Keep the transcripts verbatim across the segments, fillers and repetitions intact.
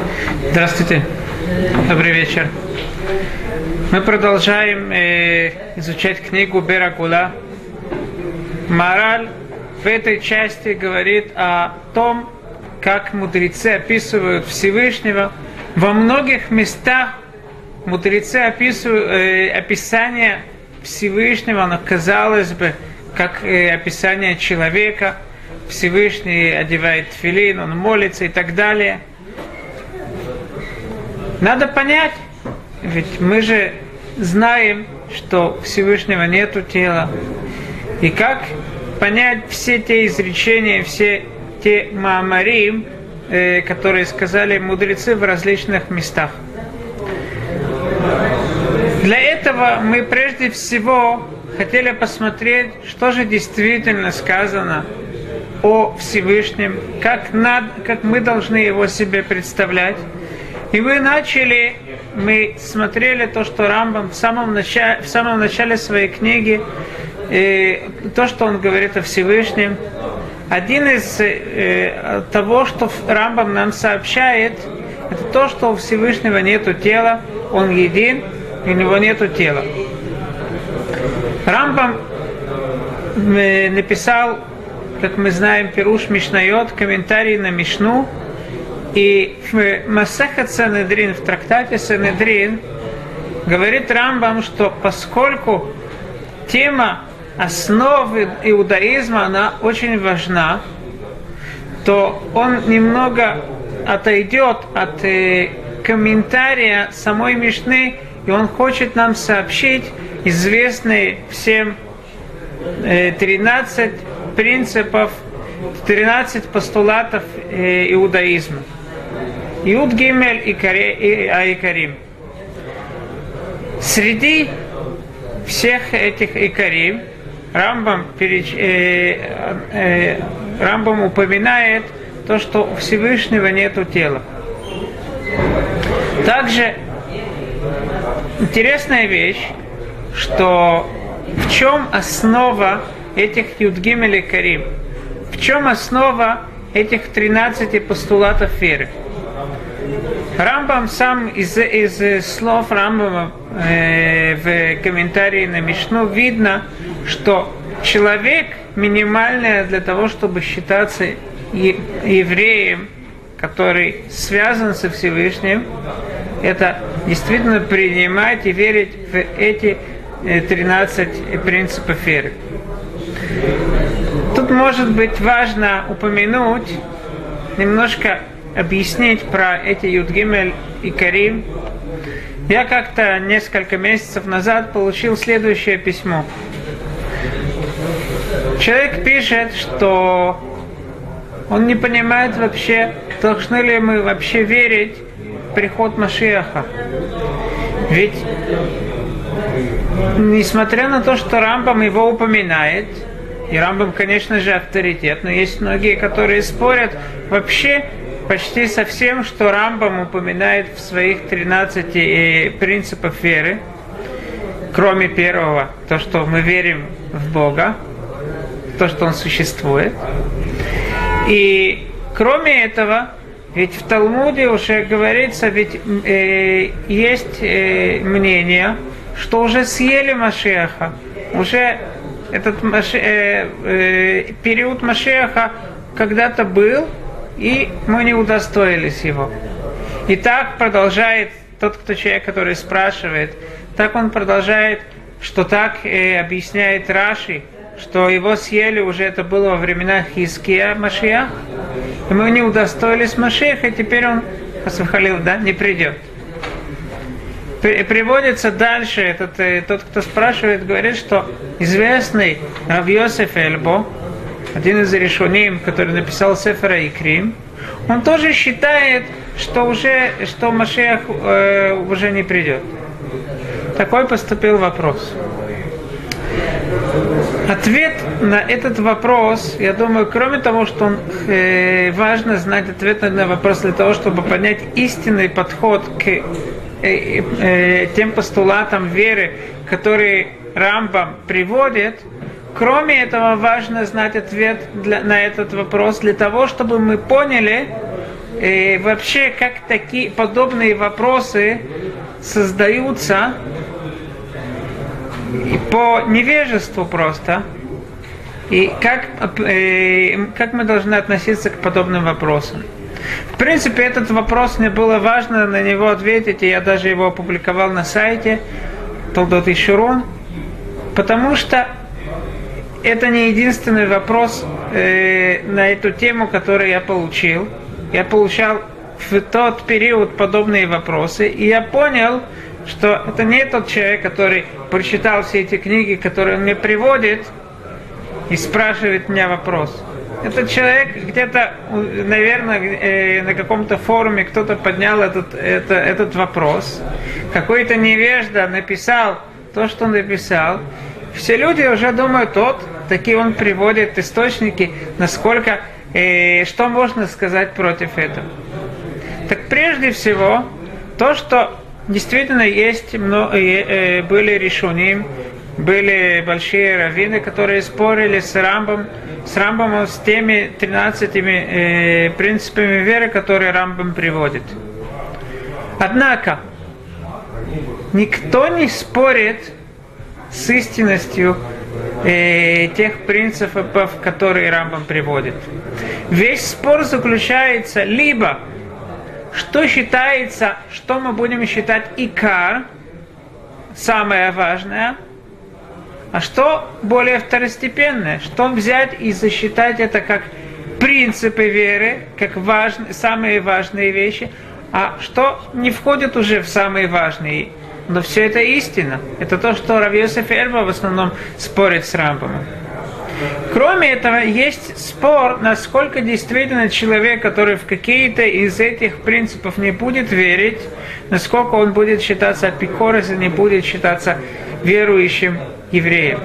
Здравствуйте, добрый вечер. Мы продолжаем э, изучать книгу Бер Агула. Мораль в этой части говорит о том, как мудрецы описывают Всевышнего. Во многих местах мудрецы описывают э, описание Всевышнего, но казалось бы, как э, описание человека. Всевышний одевает тфилин, он молится и так далее. Надо понять, ведь мы же знаем, что у Всевышнего нету тела. И как понять все те изречения, все те маамарим, э, которые сказали мудрецы в различных местах. Для этого мы прежде всего хотели посмотреть, что же действительно сказано о Всевышнем, как, над, как мы должны его себе представлять. И мы начали, мы смотрели то, что Рамбам в самом начале, в самом начале своей книги, э, то, что он говорит о Всевышнем. Один из э, того, что Рамбам нам сообщает, это то, что у Всевышнего нету тела, он един, и у него нету тела. Рамбам э, написал, как мы знаем, Пируш Мишнайот, комментарий на Мишну. И в Масехет Санедрин, в трактате Санедрин, говорит Рамбам, что поскольку тема основы иудаизма, она очень важна, то он немного отойдет от э, комментария самой Мишны, и он хочет нам сообщить известные всем э, тринадцать принципов, тринадцать постулатов э, иудаизма. Иуд Гимель и Айкарим. Среди всех этих Икарим Рамбам, переч... э, э, Рамбам упоминает то, что у Всевышнего нету тела. Также интересная вещь, что в чем основа этих Иуд Гимель и Карим? В чем основа этих тринадцати постулатов веры? Рамбам сам из, из слов Рамбама э, в комментарии на Мишну видно, что человек минимальное для того, чтобы считаться е- евреем, который связан со Всевышним, это действительно принимать и верить в эти тринадцать принципов веры. Тут может быть важно упомянуть, немножко объяснить про эти Иуд Гимель и Карим. Я как-то несколько месяцев назад получил следующее письмо. Человек пишет, что он не понимает вообще, должны ли мы вообще верить в приход Машиаха. Ведь, несмотря на то, что Рамбам его упоминает, и Рамбам, конечно же, авторитет, но есть многие, которые спорят вообще почти со всем, что Рамбам упоминает в своих тринадцати принципах веры, кроме первого, то, что мы верим в Бога, то, что Он существует. И кроме этого, ведь в Талмуде уже говорится, ведь э, есть э, мнение, что уже съели Машиаха, уже этот Маши, э, э, период Машиаха когда-то был, и мы не удостоились его. И так продолжает тот, кто человек, который спрашивает, так он продолжает, что так э, объясняет Раши, что его съели уже, это было во времена Хиския Машиах, и мы не удостоились Машиаха, и теперь он, Хасвахалил, да, не придет. Приводится дальше, этот, э, тот, кто спрашивает, говорит, что известный Рав Йосеф Эльбо, один из решуним, который написал Сефер Икрим, он тоже считает, что уже что Машиах э, уже не придет. Такой поступил вопрос. Ответ на этот вопрос, я думаю, кроме того, что он, э, важно знать ответ на этот вопрос для того, чтобы понять истинный подход к э, э, тем постулатам веры, которые Рамбам приводит. Кроме этого, важно знать ответ для, на этот вопрос для того, чтобы мы поняли, э, вообще как такие подобные вопросы создаются по невежеству просто. И как, э, как мы должны относиться к подобным вопросам. В принципе, этот вопрос мне было важно на него ответить, и я даже его опубликовал на сайте Толдот Ишурун, потому что это не единственный вопрос э, на эту тему, который я получил. Я получал в тот период подобные вопросы, и я понял, что это не тот человек, который прочитал все эти книги, которые он мне приводит, и спрашивает меня вопрос. Этот человек где-то, наверное, на каком-то форуме кто-то поднял этот, это, этот вопрос. Какой-то невежда написал то, что он написал. Все люди уже думают, вот, такие он приводит источники, насколько, э, что можно сказать против этого. Так прежде всего, то, что действительно есть, много, э, были решуним, были большие раввины, которые спорили с Рамбом, с Рамбомом, с теми тринадцатими э, принципами веры, которые Рамбом приводит. Однако, никто не спорит с истинностью э, тех принципов, которые Рамбом приводит. Весь спор заключается либо, что считается, что мы будем считать икар, самое важное, а что более второстепенное, что взять и засчитать это как принципы веры, как важные, самые важные вещи, а что не входит уже в самые важные. Но все это истина. Это то, что Рав Йосеф Эльба в основном спорит с Рамбамом. Кроме этого, есть спор, насколько действительно человек, который в какие-то из этих принципов не будет верить, насколько он будет считаться апикоросом, не будет считаться верующим евреем.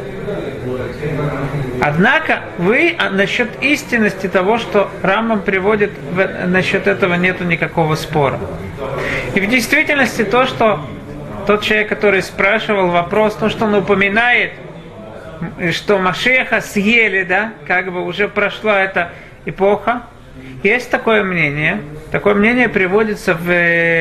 Однако вы насчет истинности того, что Рамбам приводит, насчет этого нету никакого спора. И в действительности то, что тот человек, который спрашивал вопрос, то, что он упоминает, что Машеха съели, да, как бы уже прошла эта эпоха. Есть такое мнение. Такое мнение приводится в,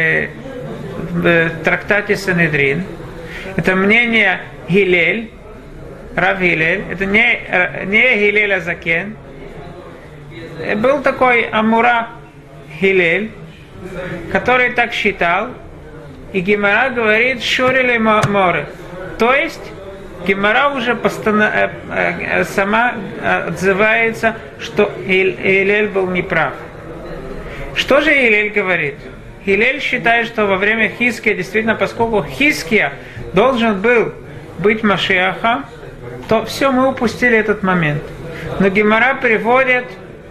в трактате Санедрин. Это мнение Гилель, Рав Гилель. Это не, не Гилель Азакен. Был такой Амура Гилель, который так считал. И Гемара говорит «Шурили море». То есть Гемара уже постанов... сама отзывается, что Илель был неправ. Что же Илель говорит? Илель считает, что во время Хиския, действительно, поскольку Хиския должен был быть Машиахом, то все, мы упустили этот момент. Но Гемара приводит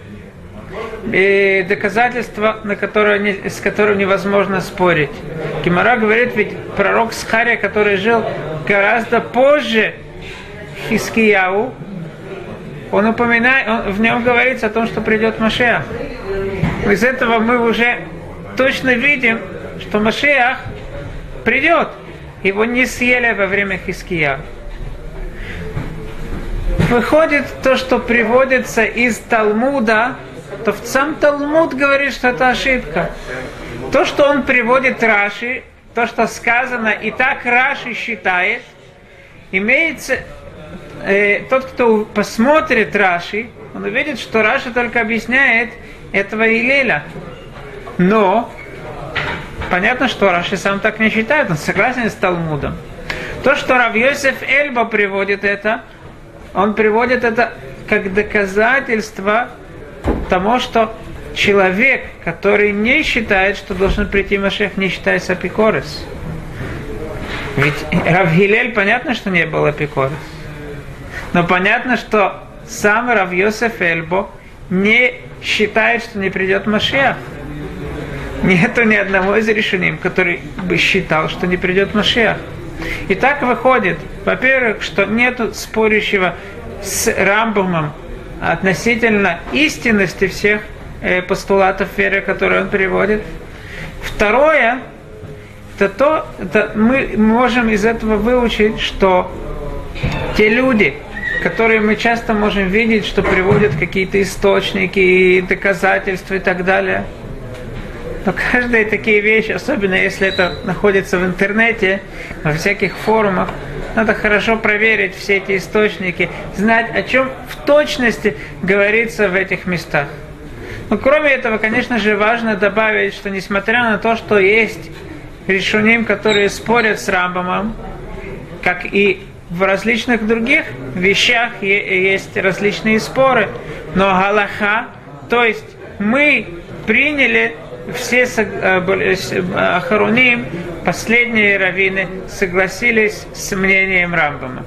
и доказательства, на которые не, с которыми невозможно спорить. Гемара говорит, ведь пророк Схария, который жил гораздо позже Хискияу, он упоминает, он, в нем говорится о том, что придет Машиах. Из этого мы уже точно видим, что Машиах придет. Его не съели во время Хискияу. Выходит то, что приводится из Талмуда, то сам Талмуд говорит, что это ошибка. То, что он приводит Раши, то, что сказано, и так Раши считает, имеется, э, тот, кто посмотрит Раши, он увидит, что Раши только объясняет этого Илеля. Но понятно, что Раши сам так не считает, он согласен с Талмудом. То, что Рав Йосеф Эльба приводит это, он приводит это как доказательство тому, что человек, который не считает, что должен прийти Машиах, не считается апикорос. Ведь Рав Гилель, понятно, что не был апикорос. Но понятно, что сам Рав Йосеф Эльбо не считает, что не придет Машиах. Нету ни одного из решений, который бы считал, что не придет Машиах. И так выходит, во-первых, что нету спорящего с Рамбамом относительно истинности всех э, постулатов веры, которые он приводит. Второе, это то, это мы можем из этого выучить, что те люди, которые мы часто можем видеть, что приводят какие-то источники, доказательства и так далее, Но каждая такие вещи, особенно если это находится в интернете, во всяких форумах, надо хорошо проверить все эти источники, знать, о чем в точности говорится в этих местах. Но кроме этого, конечно же, важно добавить, что несмотря на то, что есть решуним, которые спорят с Рамбамом, как и в различных других вещах есть различные споры, но галаха, то есть мы приняли, все ахароним, последние раввины, согласились с мнением Рамбама.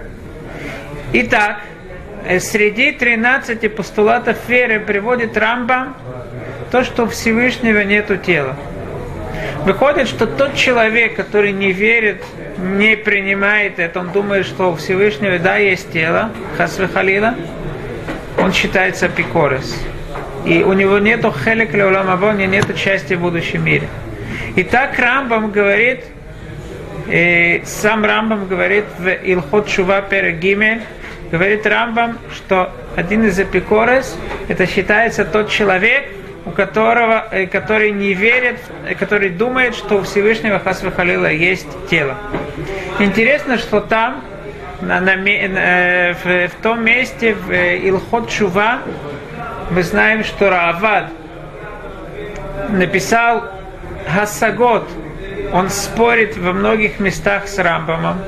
Итак, среди тринадцати постулатов веры приводит Рамбам то, что у Всевышнего нету тела. Выходит, что тот человек, который не верит, не принимает это, он думает, что у Всевышнего, да, есть тело, хас вехалила, он считается апикорес. И у него нету хелек леолам аба, у него нету части в будущем мире. И так Рамбам говорит, э, сам Рамбам говорит в Илхот Шува перек гимель, говорит Рамбам, что один из апикорес, это считается тот человек, у которого, который не верит, который думает, что у Всевышнего хас вехалила есть тело. Интересно, что там, на, на, в, в том месте, в Илхот Шува, мы знаем, что Раавад написал Хасагот, он спорит во многих местах с Рамбамом.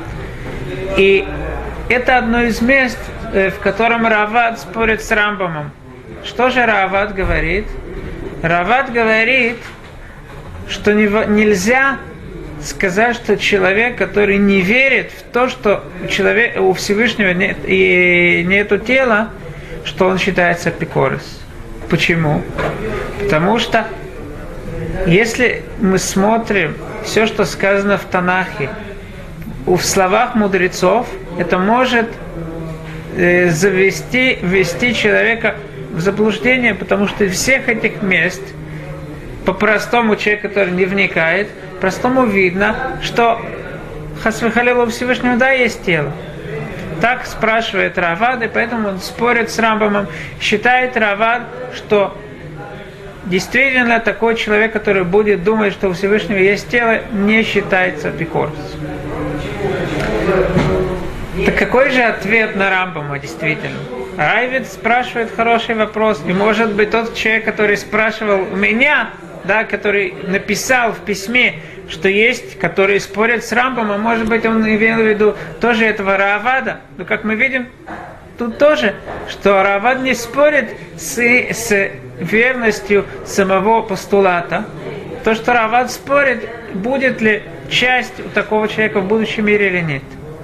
И это одно из мест, в котором Раавад спорит с Рамбамом. Что же Раавад говорит? Раавад говорит, что нельзя сказать, что человек, который не верит в то, что у, человека, у Всевышнего нет, и нету тела, что он считается апикорес. Почему? Потому что если мы смотрим все, что сказано в Танахе, в словах мудрецов, это может э, завести, ввести человека в заблуждение, потому что из всех этих мест, по-простому человек, который не вникает, простому видно, что хас вехалила у Всевышнего, да, есть тело. Так спрашивает Раавад, и поэтому он спорит с Рамбамом. Считает Раавад, что действительно такой человек, который будет думать, что у Всевышнего есть тело, не считается апикорес. Так какой же ответ на Рамбама действительно? Райвид спрашивает хороший вопрос. И может быть тот человек, который спрашивал у меня, да, который написал в письме, что есть, которые спорят с Рамбамом, может быть он имел в виду тоже этого Раавада. Но как мы видим, тут тоже, что Раавад не спорит с, с верностью самого постулата. То, что Раавад спорит, будет ли часть у такого человека в будущем мире или нет.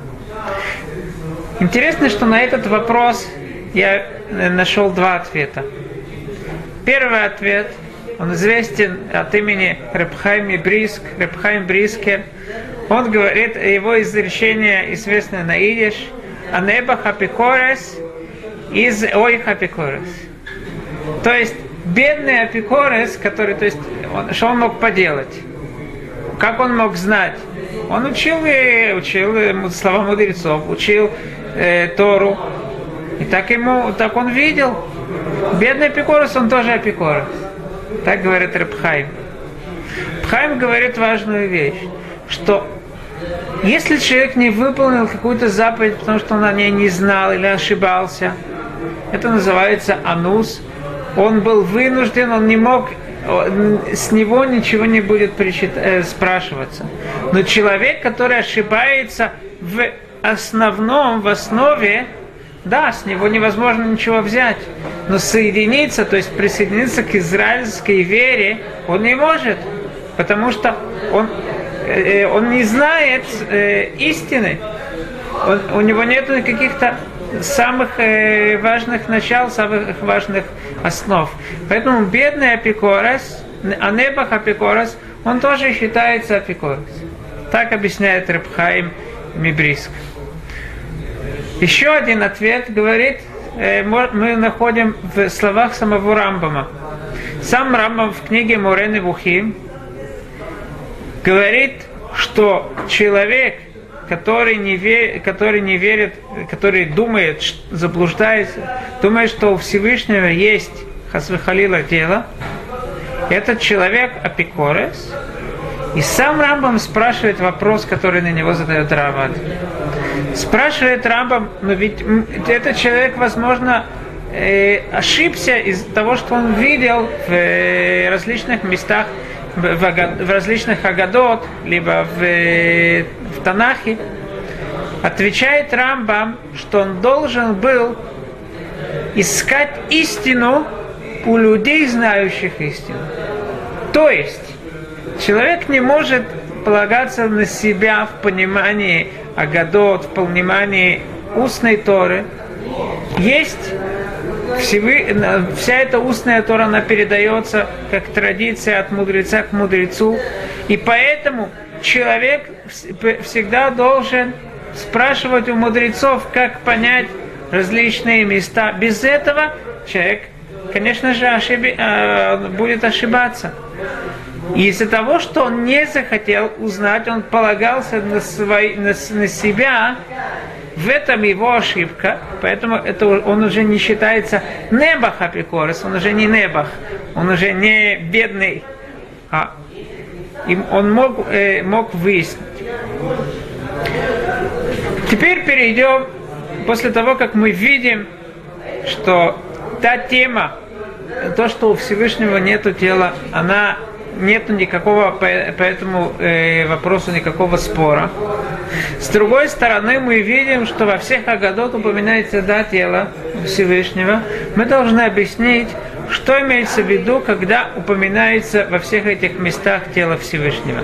Интересно, что на этот вопрос я нашел два ответа. Первый ответ, он известен от имени Реб Хаим Бриск, Реб Хаим Брискер. Он говорит, его изречение известно на идиш, «Анеба хапикорес из ой хапикорес». То есть, бедный апикорес, который, то есть, он, что он мог поделать? Как он мог знать? Он учил, и, учил слова мудрецов, учил э, Тору. И так ему, так он видел. Бедный апикорес, он тоже апикорес. Так говорит Реб Хаим. Реб Хаим говорит важную вещь, что если человек не выполнил какую-то заповедь, потому что он о ней не знал или ошибался, это называется анус. Он был вынужден, он не мог, с него ничего не будет причит, э, спрашиваться. Но человек, который ошибается в основном, в основе, да, с него невозможно ничего взять. Но соединиться, то есть присоединиться к израильской вере, он не может. Потому что он, э, он не знает э, истины. Он, у него нет каких-то самых э, важных начал, самых важных основ. Поэтому бедный апикорес, анебах апикорес, он тоже считается апикорес. Так объясняет Реб Хаим Мибриск. Еще один ответ говорит, э, мы находим в словах самого Рамбама. Сам Рамбам в книге Море Невухим говорит, что человек, который не, вер, который не верит, который думает, заблуждается, думает, что у Всевышнего есть хас вехалила тело, Этот человек апикорес, и сам Рамбам спрашивает вопрос, который на него задает Равад. Спрашивает Рамбам, но ведь этот человек, возможно, э, ошибся из-за того, что он видел в э, различных местах, в, в, в различных агадот, либо в, э, в Танахе. Отвечает Рамбам, что он должен был искать истину у людей, знающих истину. То есть, человек не может полагаться на себя в понимании агадот, в понимании устной Торы. Есть всевы... вся эта устная Тора, она передается как традиция от мудреца к мудрецу. И поэтому человек всегда должен спрашивать у мудрецов, как понять различные места. Без этого человек, конечно же, ошиби... будет ошибаться. И из-за того, что он не захотел узнать, он полагался на, свой, на, на себя, в этом его ошибка, поэтому это, он уже не считается небах апикорес, он уже не небах, он уже не бедный, а им он мог, э, мог выяснить. Теперь перейдем, после того, как мы видим, что та тема, то, что у Всевышнего нету тела, она нету никакого по, по этому э, вопросу никакого спора. С другой стороны, мы видим, что во всех агадот упоминается да, тело Всевышнего. Мы должны объяснить, что имеется в виду, когда упоминается во всех этих местах тело Всевышнего.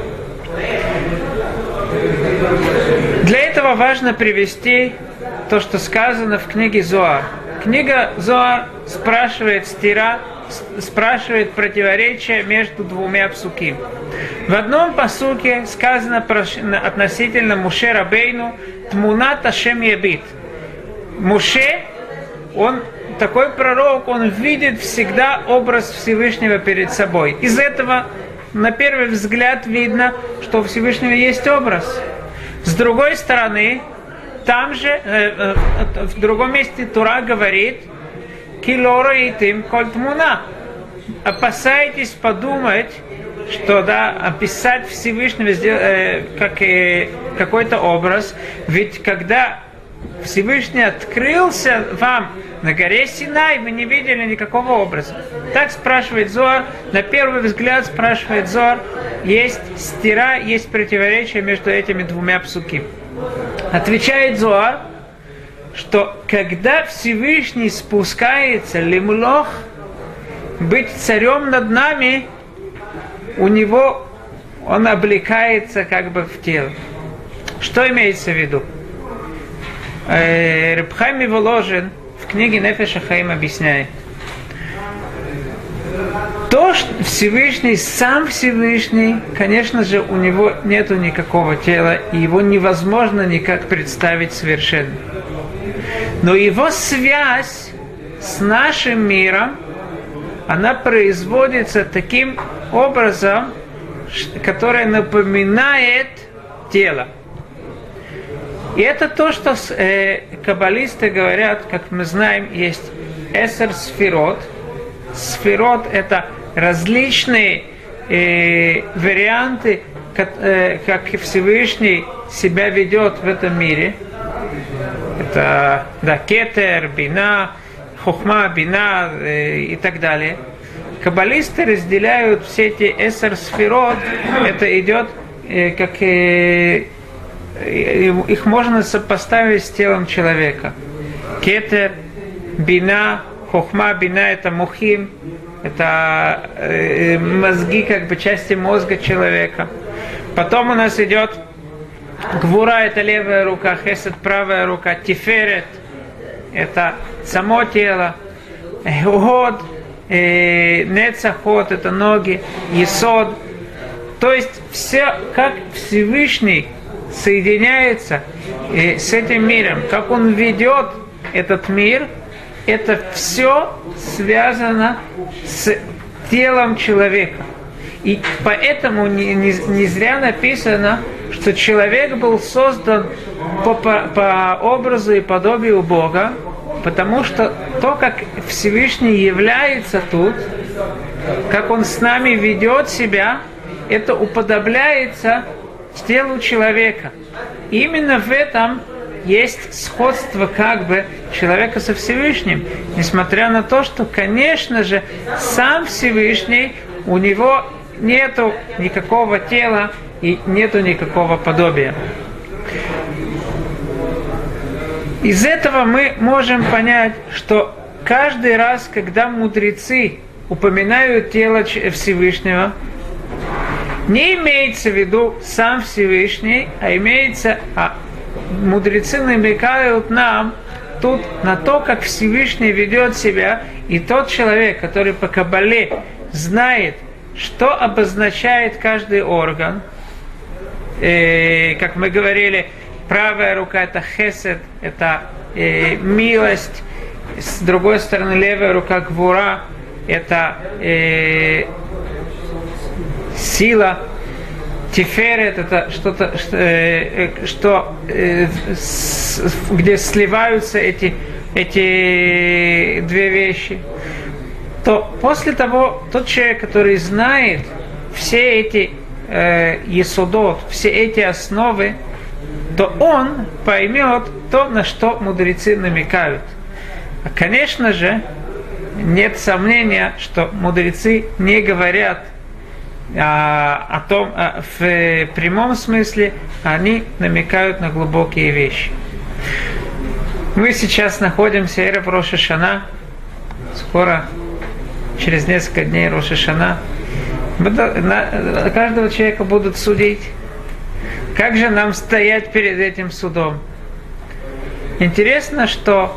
Для этого важно привести то, что сказано в книге Зоар. Книга Зоар спрашивает стира, спрашивает противоречие между двумя псуким. В одном пасуке сказано относительно Муше Рабейну «Тмунат Ашем Ебит». Муше, он такой пророк, он видит всегда образ Всевышнего перед собой. Из этого на первый взгляд видно, что у Всевышнего есть образ. С другой стороны, там же, э, э, в другом месте Тура говорит «Килора и тим коль тмуна». Опасайтесь подумать, что да, описать Всевышнего э, как э, какой-то образ, ведь когда Всевышний открылся вам на горе Синай, вы не видели никакого образа. Так спрашивает Зоар, на первый взгляд спрашивает Зоар, есть стира, есть противоречие между этими двумя псуки. Отвечает Зоар, что когда Всевышний спускается лимлох, быть царем над нами, у него он облекается как бы в тело. Что имеется в виду? Реб Хаим Воложин в книге Нефеш ха-Хаим объясняет. То, что Всевышний, сам Всевышний, конечно же, у него нету никакого тела, и его невозможно никак представить совершенно. Но его связь с нашим миром, она производится таким образом, которое напоминает тело. И это то, что э, каббалисты говорят, как мы знаем, есть эсер сферот. Сферот – это различные э, варианты, как, э, как Всевышний себя ведет в этом мире. Это да, кетер, бина, хохма, бина э, и так далее. Каббалисты разделяют все эти эсер сферот. Это идет э, как... Э, их можно сопоставить с телом человека. Кетер, бина, хохма, бина – это мухим, это э, мозги, как бы части мозга человека. Потом у нас идет гвура – это левая рука, хесед – правая рука, тиферет – это само тело, год, э, нецахот – это ноги, есод. То есть все, как Всевышний соединяется э, с этим миром, как он ведет этот мир, это все связано с телом человека. И поэтому не, не, не зря написано, что человек был создан по, по, по образу и подобию Бога, потому что то, как Всевышний является тут, как Он с нами ведет себя, это уподобляется телу человека. Именно в этом есть сходство как бы человека со Всевышним, несмотря на то, что, конечно же, сам Всевышний, у него нету никакого тела и нету никакого подобия. Из этого мы можем понять, что каждый раз, когда мудрецы упоминают тело Всевышнего, не имеется в виду сам Всевышний, а имеется, а мудрецы намекают нам тут на то, как Всевышний ведет себя, и тот человек, который по Кабале знает, что обозначает каждый орган, э, как мы говорили, правая рука – это хесед, это э, милость, с другой стороны левая рука – гвура, это э, сила, тиферет – это что-то, что, э, что э, с, где сливаются эти, эти две вещи. То после того, тот человек, который знает все эти э, есудот, все эти основы, то он поймет то, на что мудрецы намекают. А, конечно же, нет сомнения, что мудрецы не говорят а, о том, а, в прямом смысле, они намекают на глубокие вещи. Мы сейчас находимся в эре Рош ха-Шана, скоро, через несколько дней Рош ха-Шана, каждого человека будут судить. Как же нам стоять перед этим судом? Интересно, что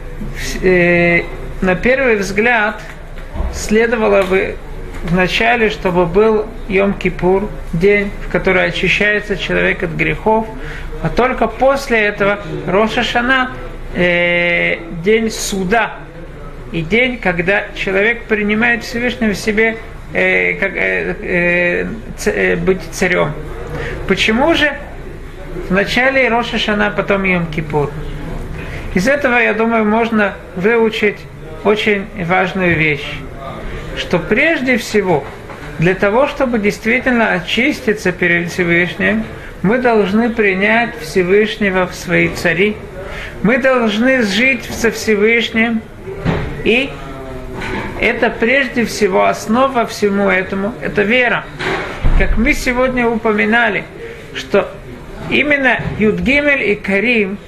э, на первый взгляд следовало бы вначале, чтобы был Йом-Кипур, день, в который очищается человек от грехов, а только после этого Рош ха-Шана, э, день суда, и день, когда человек принимает Всевышнего в себе э, как, э, э, ц, э, быть царем. Почему же вначале Рош ха-Шана, потом Йом-Кипур? Из этого, я думаю, можно выучить очень важную вещь, что прежде всего, для того, чтобы действительно очиститься перед Всевышним, мы должны принять Всевышнего в свои цари, мы должны жить со Всевышним, и это прежде всего основа всему этому, это вера. Как мы сегодня упоминали, что именно Юд-Гимель и Карим,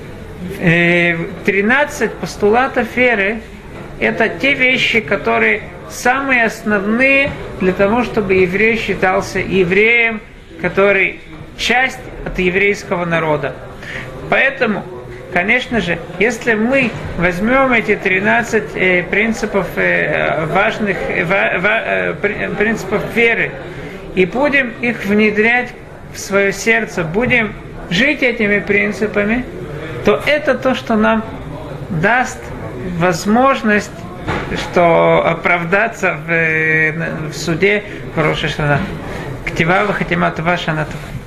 тринадцать постулатов веры, это те вещи, которые самые основные для того, чтобы еврей считался евреем, который часть от еврейского народа. Поэтому, конечно же, если мы возьмем эти тринадцать э, принципов, э, важных э, ва, э, принципов веры, и будем их внедрять в свое сердце, будем жить этими принципами, то это то, что нам даст возможность, что оправдаться в, в суде в Рош ха-Шана. Ктива ва хатима това шана това.